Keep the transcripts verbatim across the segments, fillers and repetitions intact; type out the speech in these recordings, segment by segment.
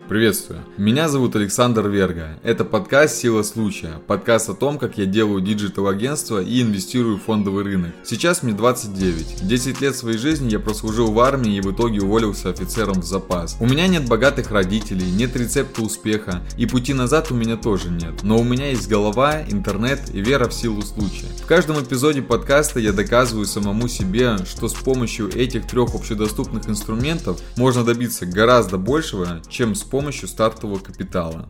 Приветствую, меня зовут Александр Верга. Это подкаст «Сила случая», подкаст о том, как я делаю диджитал-агентство и инвестирую в фондовый рынок. Сейчас мне двадцать девять. десять лет своей жизни я прослужил в армии и в итоге уволился офицером в запас. У меня нет богатых родителей, нет рецепта успеха, и пути назад у меня тоже нет. Но у меня есть голова, интернет и вера в силу случая. В каждом эпизоде подкаста я доказываю самому себе, что с помощью этих трех общедоступных инструментов можно добиться гораздо большего, чем с помощью помощью стартового капитала.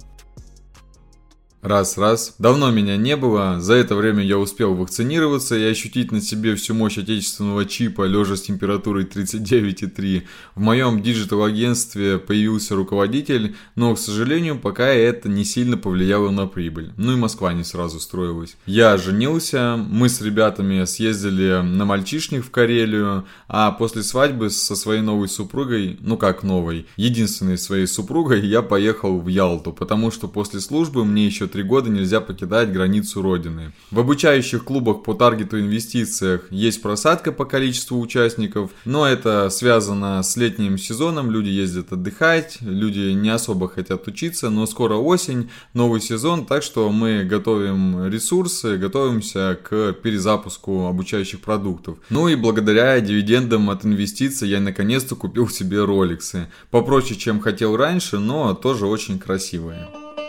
Раз-раз. Давно меня не было, за это время я успел вакцинироваться и ощутить на себе всю мощь отечественного чипа, лежа с температурой тридцать девять и три. В моем диджитал-агентстве появился руководитель, но, к сожалению, пока это не сильно повлияло на прибыль. Ну и Москва не сразу строилась. Я женился, мы с ребятами съездили на мальчишник в Карелию, а после свадьбы со своей новой супругой, ну как новой, единственной своей супругой, я поехал в Ялту, потому что после службы мне еще три года нельзя покидать границу родины. В обучающих клубах по таргету инвестициях есть просадка по количеству участников, но это связано с летним сезоном, люди ездят отдыхать, люди не особо хотят учиться, но скоро осень, новый сезон, так что мы готовим ресурсы, готовимся к перезапуску обучающих продуктов. Ну и благодаря дивидендам от инвестиций я наконец-то купил себе роликсы. Попроще, чем хотел раньше, но тоже очень красивые.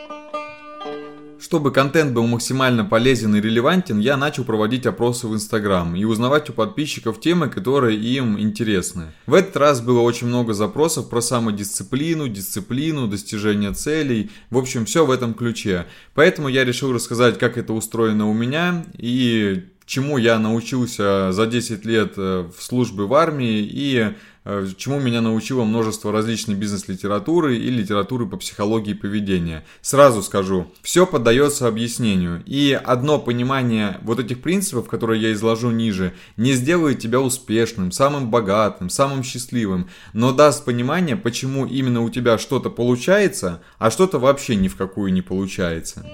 Чтобы контент был максимально полезен и релевантен, я начал проводить опросы в Инстаграм и узнавать у подписчиков темы, которые им интересны. В этот раз было очень много запросов про самодисциплину, дисциплину, достижение целей, в общем, все в этом ключе. Поэтому я решил рассказать, как это устроено у меня и чему я научился за десять лет в службе в армии и чему меня научило множество различной бизнес-литературы и литературы по психологии поведения. Сразу скажу, все поддается объяснению, и одно понимание вот этих принципов, которые я изложу ниже, не сделает тебя успешным, самым богатым, самым счастливым, но даст понимание, почему именно у тебя что-то получается, а что-то вообще ни в какую не получается.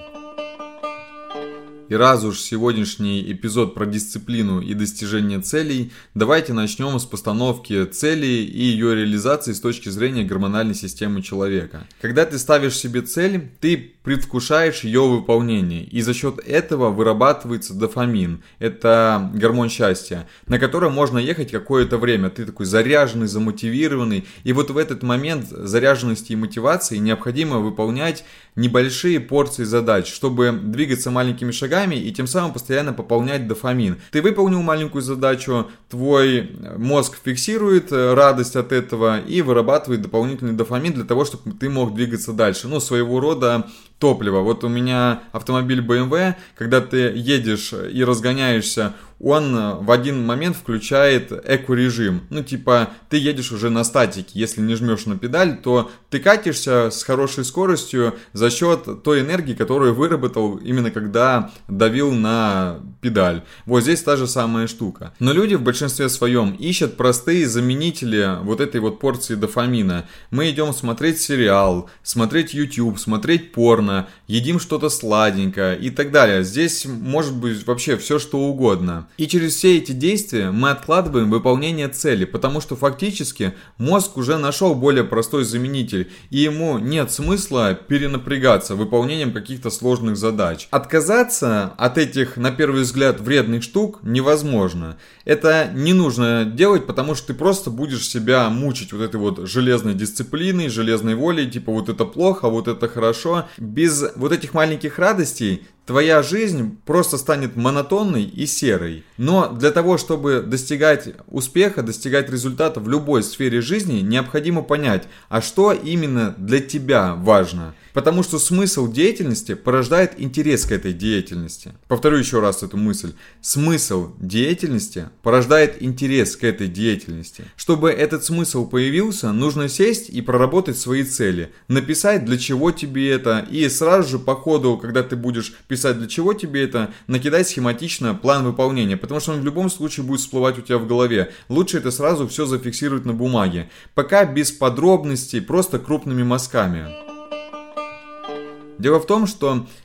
И раз уж сегодняшний эпизод про дисциплину и достижение целей, давайте начнем с постановки целей и ее реализации с точки зрения гормональной системы человека. Когда ты ставишь себе цель, ты предвкушаешь ее выполнение, и за счет этого вырабатывается дофамин. Это гормон счастья, на котором можно ехать какое-то время. Ты такой заряженный, замотивированный, и вот в этот момент заряженности и мотивации необходимо выполнять небольшие порции задач, чтобы двигаться маленькими шагами и тем самым постоянно пополнять дофамин. Ты выполнил маленькую задачу, твой мозг фиксирует радость от этого и вырабатывает дополнительный дофамин для того, чтобы ты мог двигаться дальше. Ну, своего рода топливо. Вот у меня автомобиль бэ эм вэ, когда ты едешь и разгоняешься, он в один момент включает эко-режим. Ну, типа, ты едешь уже на статике. Если не жмешь на педаль, то ты катишься с хорошей скоростью за счет той энергии, которую выработал именно когда давил на педаль. Вот здесь та же самая штука. Но люди в большинстве своем ищут простые заменители вот этой вот порции дофамина. Мы идем смотреть сериал, смотреть YouTube, смотреть порно, едим что-то сладенькое и так далее. Здесь может быть вообще все, что угодно. И через все эти действия мы откладываем выполнение цели, потому что фактически мозг уже нашел более простой заменитель, и ему нет смысла перенапрягаться выполнением каких-то сложных задач. Отказаться от этих, на первый взгляд, вредных штук невозможно. Это не нужно делать, потому что ты просто будешь себя мучить вот этой вот железной дисциплиной, железной волей, типа вот это плохо, вот это хорошо. Без вот этих маленьких радостей твоя жизнь просто станет монотонной и серой. Но для того, чтобы достигать успеха, достигать результата в любой сфере жизни, необходимо понять, а что именно для тебя важно. Потому что смысл деятельности порождает интерес к этой деятельности. Повторю еще раз эту мысль. Смысл деятельности порождает интерес к этой деятельности. Чтобы этот смысл появился, нужно сесть и проработать свои цели. Написать, для чего тебе это. И сразу же по ходу, когда ты будешь писать, для чего тебе это, накидать схематично план выполнения. Потому что он в любом случае будет всплывать у тебя в голове. Лучше это сразу все зафиксировать на бумаге. Пока без подробностей, просто крупными мазками. Дело в том, что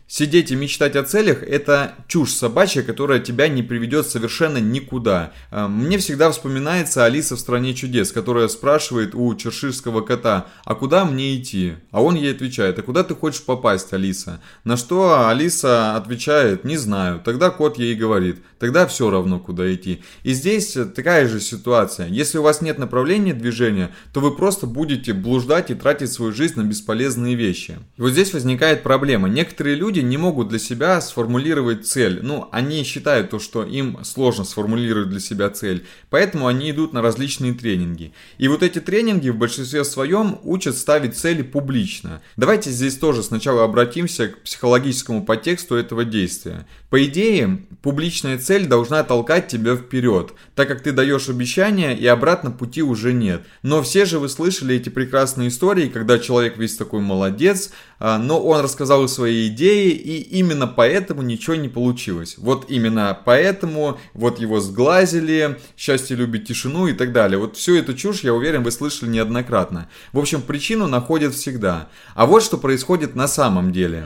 Сидеть и мечтать о целях – это чушь собачья, которая тебя не приведет совершенно никуда. Мне всегда вспоминается Алиса в «Стране чудес», которая спрашивает у чеширского кота: а куда мне идти? А он ей отвечает: а куда ты хочешь попасть, Алиса? На что Алиса отвечает: не знаю. Тогда кот ей говорит: тогда все равно, куда идти. И здесь такая же ситуация. Если у вас нет направления движения, то вы просто будете блуждать и тратить свою жизнь на бесполезные вещи. И вот здесь возникает проблема. Некоторые люди не могут для себя сформулировать цель. Ну, они считают то, что им сложно сформулировать для себя цель. Поэтому они идут на различные тренинги. И вот эти тренинги в большинстве своем учат ставить цели публично. Давайте здесь тоже сначала обратимся к психологическому подтексту этого действия. По идее, публичная цель должна толкать тебя вперед, так как ты даешь обещания и обратно пути уже нет. Но все же вы слышали эти прекрасные истории, когда человек весь такой молодец, но он рассказал свои идеи, и именно поэтому ничего не получилось. Вот именно поэтому вот его сглазили, счастье любит тишину и так далее. Вот всю эту чушь, я уверен, вы слышали неоднократно. В общем, причину находят всегда. А вот что происходит на самом деле.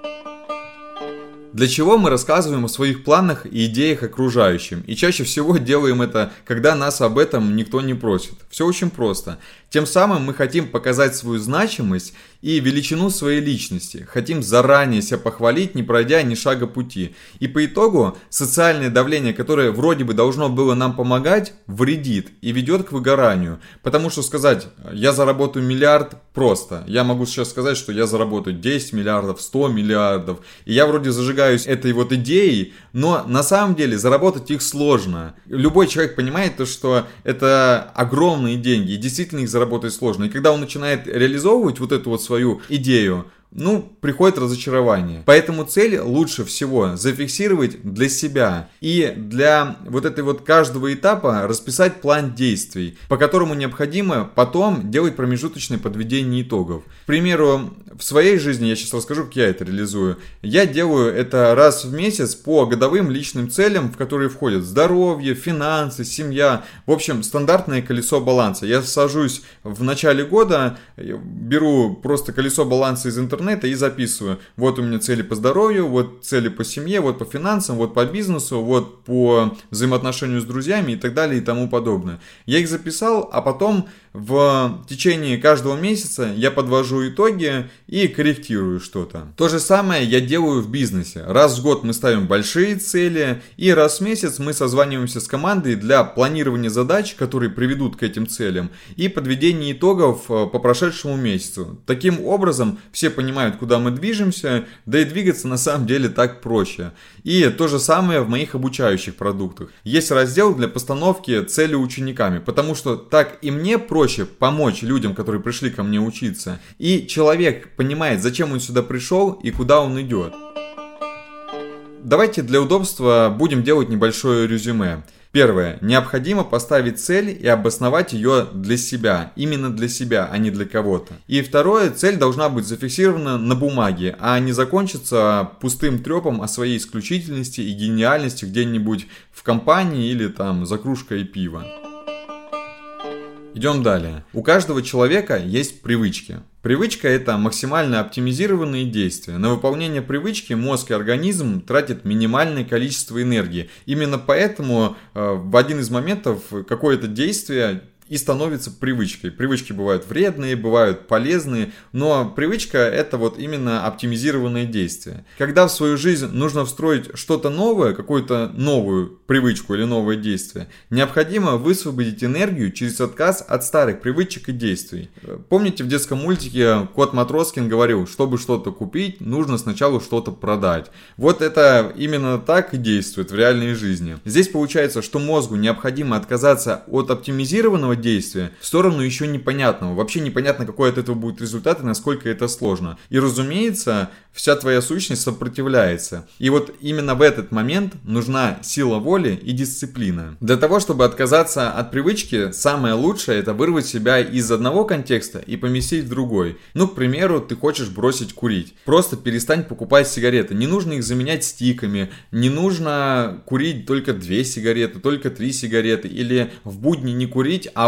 Для чего мы рассказываем о своих планах и идеях окружающим? И чаще всего делаем это, когда нас об этом никто не просит. Все очень просто. Тем самым мы хотим показать свою значимость и величину своей личности. Хотим заранее себя похвалить, не пройдя ни шага пути. И по итогу социальное давление, которое вроде бы должно было нам помогать, вредит и ведет к выгоранию. Потому что сказать: я заработаю миллиард, просто. Я могу сейчас сказать, что я заработаю десять миллиардов, сто миллиардов. И я вроде зажигаюсь этой вот идеей, но на самом деле заработать их сложно. Любой человек понимает то, что это огромные деньги, и действительно их заработать сложно. И когда он начинает реализовывать вот эту вот свою идею, ну, приходит разочарование. Поэтому цель лучше всего зафиксировать для себя. И для вот этой вот каждого этапа расписать план действий, по которому необходимо потом делать промежуточное подведение итогов. К примеру, в своей жизни, я сейчас расскажу, как я это реализую. Я делаю это раз в месяц по годовым личным целям, в которые входят здоровье, финансы, семья. В общем, стандартное колесо баланса. Я сажусь в начале года, беру просто колесо баланса из интернета и записываю: вот у меня цели по здоровью, вот цели по семье, вот по финансам, вот по бизнесу, вот по взаимоотношению с друзьями и так далее и тому подобное. Я их записал, а потом в течение каждого месяца я подвожу итоги и корректирую что-то. То же самое я делаю в бизнесе. Раз в год мы ставим большие цели, и раз в месяц мы созваниваемся с командой для планирования задач, которые приведут к этим целям, и подведения итогов по прошедшему месяцу. Таким образом, все понимают, куда мы движемся, да и двигаться на самом деле так проще. И то же самое в моих обучающих продуктах. Есть раздел для постановки цели учениками, потому что так и мне проще помочь людям, которые пришли ко мне учиться. И человек понимает, зачем он сюда пришел и куда он идет. Давайте для удобства будем делать небольшое резюме. Первое. Необходимо поставить цель и обосновать ее для себя. Именно для себя, а не для кого-то. И второе. Цель должна быть зафиксирована на бумаге, а не закончиться пустым трепом о своей исключительности и гениальности где-нибудь в компании или там за кружкой пива. Идем далее. У каждого человека есть привычки. Привычка – это максимально оптимизированные действия. На выполнение привычки мозг и организм тратят минимальное количество энергии. Именно поэтому э, в один из моментов какое-то действие и становится привычкой. Привычки бывают вредные, бывают полезные, но привычка – это вот именно оптимизированные действия. Когда в свою жизнь нужно встроить что-то новое, какую-то новую привычку или новое действие, необходимо высвободить энергию через отказ от старых привычек и действий. Помните, в детском мультике Кот Матроскин говорил: чтобы что-то купить, нужно сначала что-то продать. Вот это именно так и действует в реальной жизни. Здесь получается, что мозгу необходимо отказаться от оптимизированного действия в сторону еще непонятного. Вообще непонятно, какой от этого будет результат и насколько это сложно. И разумеется, вся твоя сущность сопротивляется. И вот именно в этот момент нужна сила воли и дисциплина. Для того, чтобы отказаться от привычки, самое лучшее — это вырвать себя из одного контекста и поместить в другой. Ну, к примеру, ты хочешь бросить курить. Просто перестань покупать сигареты. Не нужно их заменять стиками. Не нужно курить только две сигареты, только три сигареты. Или в будни не курить, а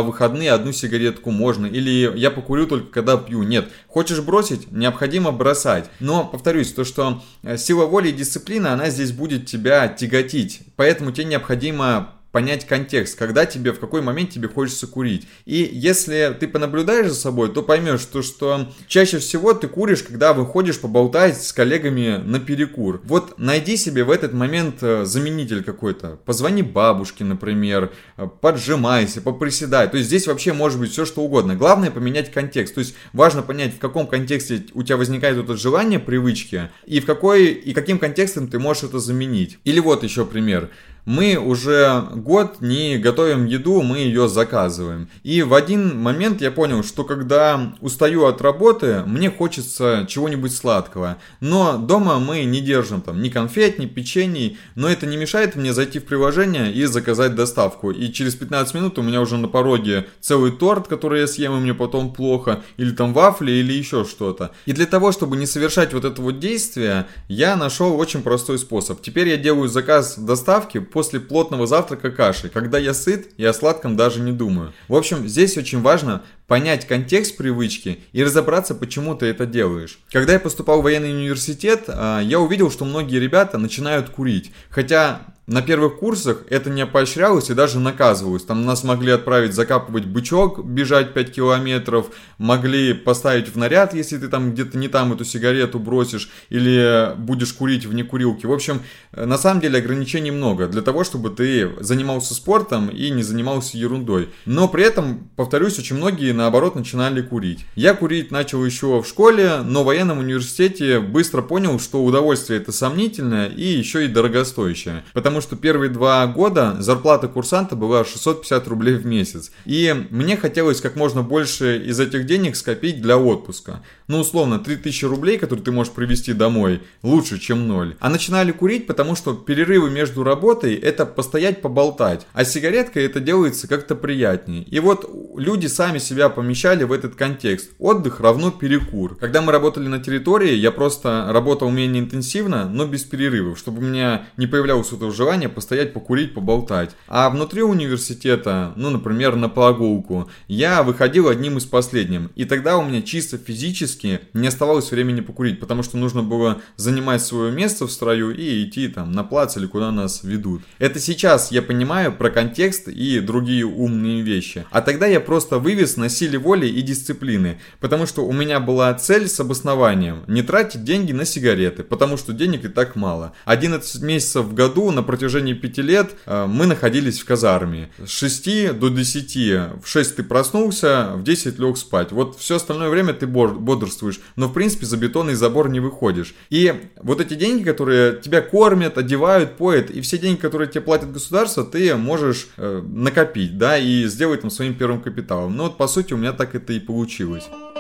в выходные одну сигаретку можно, или я покурю только когда пью. Нет, хочешь бросить, необходимо бросать. Но, повторюсь, то, что сила воли и дисциплина, она здесь будет тебя тяготить, поэтому тебе необходимо понять контекст, когда тебе, в какой момент тебе хочется курить. И если ты понаблюдаешь за собой, то поймешь, что, что чаще всего ты куришь, когда выходишь поболтать с коллегами на перекур. Вот найди себе в этот момент заменитель какой-то. Позвони бабушке, например, поджимайся, поприседай. То есть здесь вообще может быть все что угодно. Главное поменять контекст. То есть важно понять, в каком контексте у тебя возникает это желание, привычки, и в какой и каким контекстом ты можешь это заменить. Или вот еще пример. Мы уже год не готовим еду, мы ее заказываем. И в один момент я понял, что когда устаю от работы, мне хочется чего-нибудь сладкого. Но дома мы не держим там ни конфет, ни печений, но это не мешает мне зайти в приложение и заказать доставку. И через пятнадцать минут у меня уже на пороге целый торт, который я съем, и мне потом плохо, или там вафли, или еще что-то. И для того, чтобы не совершать вот это вот действие, я нашел очень простой способ. Теперь я делаю заказ доставки после плотного завтрака каши, когда я сыт и о сладком даже не думаю. В общем, здесь очень важно понять контекст привычки и разобраться, почему ты это делаешь. Когда я поступал в военный университет, я увидел, что многие ребята начинают курить. Хотя на первых курсах это не поощрялось и даже наказывалось. Там нас могли отправить закапывать бычок, бежать пять километров, могли поставить в наряд, если ты там где-то не там эту сигарету бросишь или будешь курить вне курилки. В общем, на самом деле ограничений много для того, чтобы ты занимался спортом и не занимался ерундой. Но при этом, повторюсь, очень многие наоборот начинали курить. Я курить начал еще в школе, но в военном университете быстро понял, что удовольствие это сомнительное и еще и дорогостоящее. Потому что первые два года зарплата курсанта была шестьсот пятьдесят рублей в месяц. И мне хотелось как можно больше из этих денег скопить для отпуска. Ну, условно, три тысячи рублей, которые ты можешь привезти домой, лучше, чем ноль. А начинали курить, потому что перерывы между работой это постоять, поболтать. А сигареткой это делается как-то приятнее. И вот люди сами себя помещали в этот контекст. Отдых равно перекур. Когда мы работали на территории, я просто работал менее интенсивно, но без перерывов, чтобы у меня не появлялось этого желания постоять, покурить, поболтать. А внутри университета, ну, например, на прогулку, я выходил одним из последних. И тогда у меня чисто физически не оставалось времени покурить, потому что нужно было занимать свое место в строю и идти там на плац или куда нас ведут. Это сейчас я понимаю про контекст и другие умные вещи. А тогда я просто вывез на силе воли и дисциплины, потому что у меня была цель с обоснованием не тратить деньги на сигареты, потому что денег и так мало. одиннадцать месяцев в году на протяжении пяти лет э, мы находились в казарме. С шести до десяти. В шесть ты проснулся, в десять лег спать. Вот все остальное время ты бодрствуешь, но в принципе за бетонный забор не выходишь. И вот эти деньги, которые тебя кормят, одевают, поят, и все деньги, которые тебе платит государство, ты можешь э, накопить, да, и сделать там своим первым капиталом. Но вот по сути у меня так это и получилось.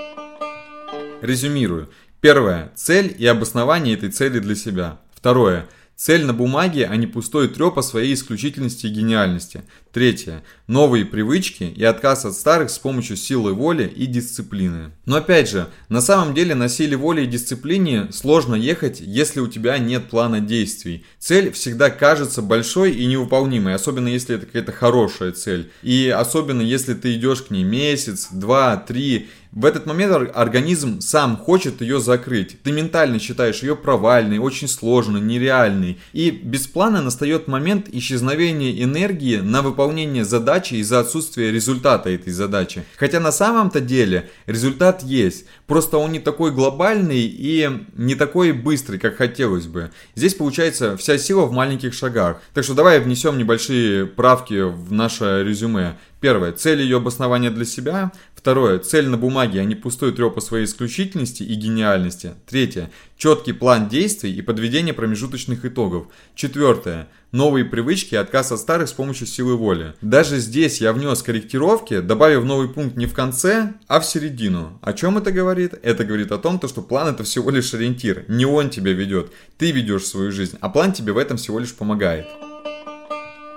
Резюмирую. Первое. Цель и обоснование этой цели для себя. Второе. Цель на бумаге, а не пустой треп о своей исключительности и гениальности. Третье. Новые привычки и отказ от старых с помощью силы воли и дисциплины. Но опять же, на самом деле на силе воли и дисциплине сложно ехать, если у тебя нет плана действий. Цель всегда кажется большой и невыполнимой, особенно если это какая-то хорошая цель. И особенно если ты идешь к ней месяц, два, три. В этот момент организм сам хочет ее закрыть. Ты ментально считаешь ее провальной, очень сложной, нереальной. И без плана настает момент исчезновения энергии на выполнение задачи из-за отсутствия результата этой задачи. Хотя на самом-то деле результат есть. Просто он не такой глобальный и не такой быстрый, как хотелось бы. Здесь получается вся сила в маленьких шагах. Так что давай внесем небольшие правки в наше резюме. Первое. Цель ее обоснования для себя. Второе. Цель на бумаге, а не пустой треп о своей исключительности и гениальности. Третье. Четкий план действий и подведение промежуточных итогов. Четвертое. Новые привычки и отказ от старых с помощью силы воли. Даже здесь я внес корректировки, добавив новый пункт не в конце, а в середину. О чем это говорит? Это говорит о том, что план это всего лишь ориентир. Не он тебя ведет. Ты ведешь свою жизнь, а план тебе в этом всего лишь помогает.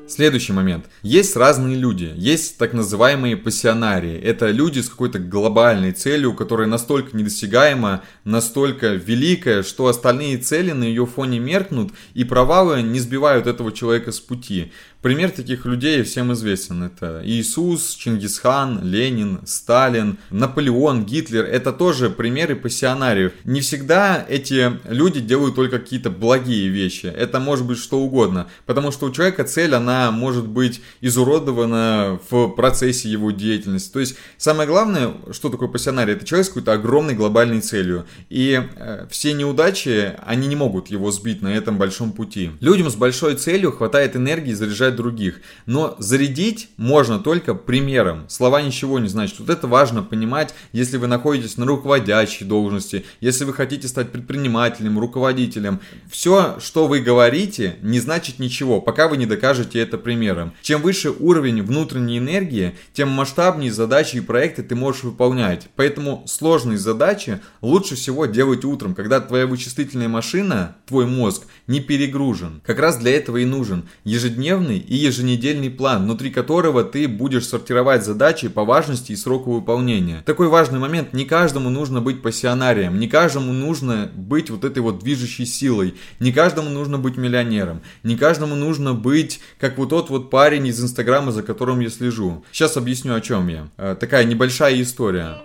Следующий момент. Есть разные люди. Есть так называемые пассионарии. Это люди с какой-то глобальной целью, которая настолько недосягаема, настолько великая, что остальные цели на ее фоне меркнут, и провалы не сбивают этого человека с пути. Пример таких людей всем известен. Это Иисус, Чингисхан, Ленин, Сталин, Наполеон, Гитлер. Это тоже примеры пассионариев. Не всегда эти люди делают только какие-то благие вещи. Это может быть что угодно. Потому что у человека цель, она может быть изуродована в процессе его деятельности. То есть самое главное, что такое пассионарий, это человек с какой-то огромной глобальной целью. И э, все неудачи, они не могут его сбить на этом большом пути. Людям с большой целью хватает энергии заряжать других. Но зарядить можно только примером. Слова ничего не значат. Вот это важно понимать, если вы находитесь на руководящей должности, если вы хотите стать предпринимателем, руководителем. Все, что вы говорите, не значит ничего, пока вы не докажете это примером. Чем выше уровень внутренней энергии, тем масштабнее задачи и проекты ты можешь выполнять. Поэтому сложные задачи лучше всего делать утром, когда твоя вычислительная машина, твой мозг, не перегружен. Как раз для этого и нужен ежедневный и еженедельный план, внутри которого ты будешь сортировать задачи по важности и сроку выполнения. Такой важный момент: не каждому нужно быть пассионарием, не каждому нужно быть вот этой вот движущей силой, не каждому нужно быть миллионером, не каждому нужно быть как вот тот вот парень из Инстаграма, за которым я слежу. Сейчас объясню, о чем я. Такая небольшая история.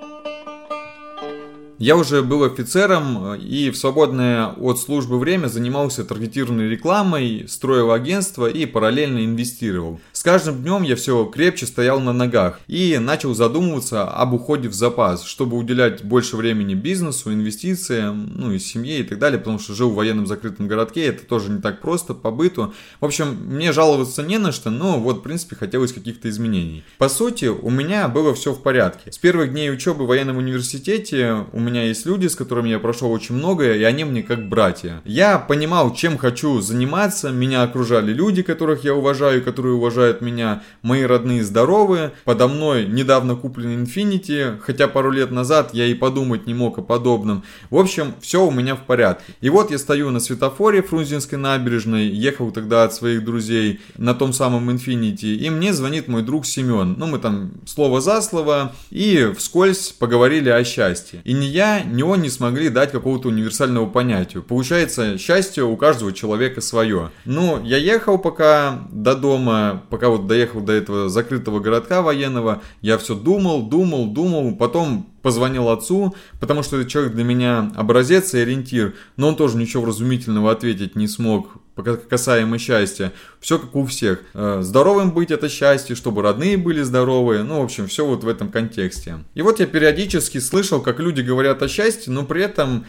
Я уже был офицером и в свободное от службы время занимался таргетированной рекламой, строил агентство и параллельно инвестировал. С каждым днем я все крепче стоял на ногах и начал задумываться об уходе в запас, чтобы уделять больше времени бизнесу, инвестициям, ну и семье и так далее, потому что жил в военном закрытом городке, это тоже не так просто по быту. В общем, мне жаловаться не на что, но вот в принципе хотелось каких-то изменений. По сути, у меня было все в порядке. С первых дней учебы в военном университете у меня У меня есть люди, с которыми я прошел очень многое, и они мне как братья. Я понимал, чем хочу заниматься, меня окружали люди, которых я уважаю, которые уважают меня, мои родные здоровые, подо мной недавно куплен Infiniti, хотя пару лет назад я и подумать не мог о подобном. В общем, все у меня в порядке. И вот я стою на светофоре Фрунзенской набережной, ехал тогда от своих друзей на том самом Infiniti, и мне звонит мой друг Семен. Ну, мы там слово за слово, и вскользь поговорили о счастье. И не я, ни он не смогли дать какого-то универсального понятия. Получается, счастье у каждого человека свое. Ну, я ехал пока до дома, пока вот доехал до этого закрытого городка военного, я все думал, думал, думал, потом позвонил отцу, потому что этот человек для меня образец и ориентир, но он тоже ничего вразумительного ответить не смог касаемо счастья. Все как у всех. Здоровым быть — это счастье, чтобы родные были здоровые. Ну, в общем, все вот в этом контексте. И вот я периодически слышал, как люди говорят о счастье, но при этом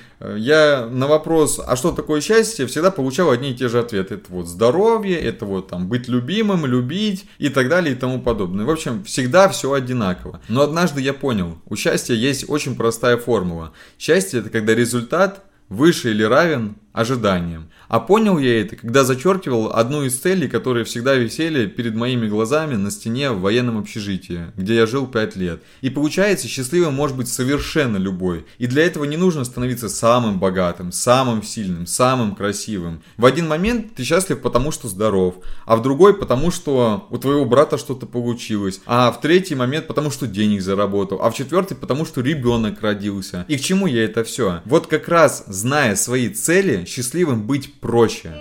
я на вопрос, а что такое счастье, всегда получал одни и те же ответы. Это вот здоровье, это вот там быть любимым, любить и так далее и тому подобное. В общем, всегда все одинаково. Но однажды я понял, у счастья есть очень простая формула. Счастье — это когда результат выше или равен ожиданиям. А понял я это, когда зачеркивал одну из целей, которые всегда висели перед моими глазами на стене в военном общежитии, где я жил пять лет. И получается, счастливым может быть совершенно любой. И для этого не нужно становиться самым богатым, самым сильным, самым красивым. В один момент ты счастлив потому, что здоров, а в другой потому, что у твоего брата что-то получилось, а в третий момент потому, что денег заработал, а в четвертый потому, что ребенок родился. И к чему я это все? Вот как раз, зная свои цели, счастливым быть проще.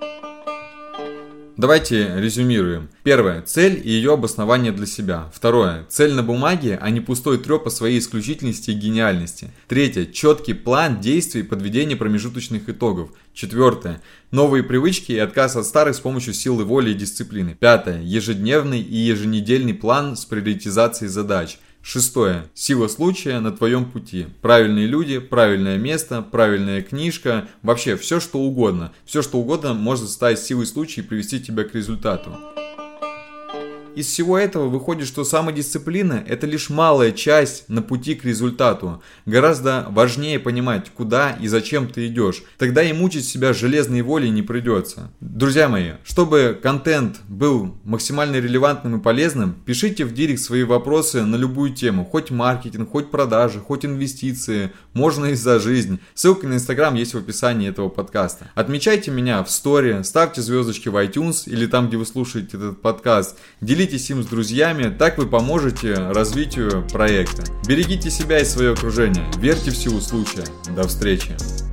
Давайте резюмируем. Первое. Цель и ее обоснование для себя. Второе. Цель на бумаге, а не пустой треп о своей исключительности и гениальности. Третье. Четкий план действий и подведение промежуточных итогов. Четвертое. Новые привычки и отказ от старых с помощью силы воли и дисциплины. Пятое. Ежедневный и еженедельный план с приоритизацией задач. Шестое. Сила случая на твоем пути. Правильные люди, правильное место, правильная книжка. Вообще все, что угодно. Все, что угодно может стать силой случая и привести тебя к результату. из всего этого выходит, что самодисциплина – это лишь малая часть на пути к результату. Гораздо важнее понимать, куда и зачем ты идешь. Тогда и мучить себя железной волей не придется. Друзья мои, чтобы контент был максимально релевантным и полезным, пишите в директ свои вопросы на любую тему. Хоть маркетинг, хоть продажи, хоть инвестиции, можно и за жизнь. Ссылка на Инстаграм есть в описании этого подкаста. Отмечайте меня в сторе, ставьте звездочки в iTunes или там, где вы слушаете этот подкаст. Делитесь им с друзьями, так вы поможете развитию проекта. Берегите себя и свое окружение, верьте в силу случая. До встречи.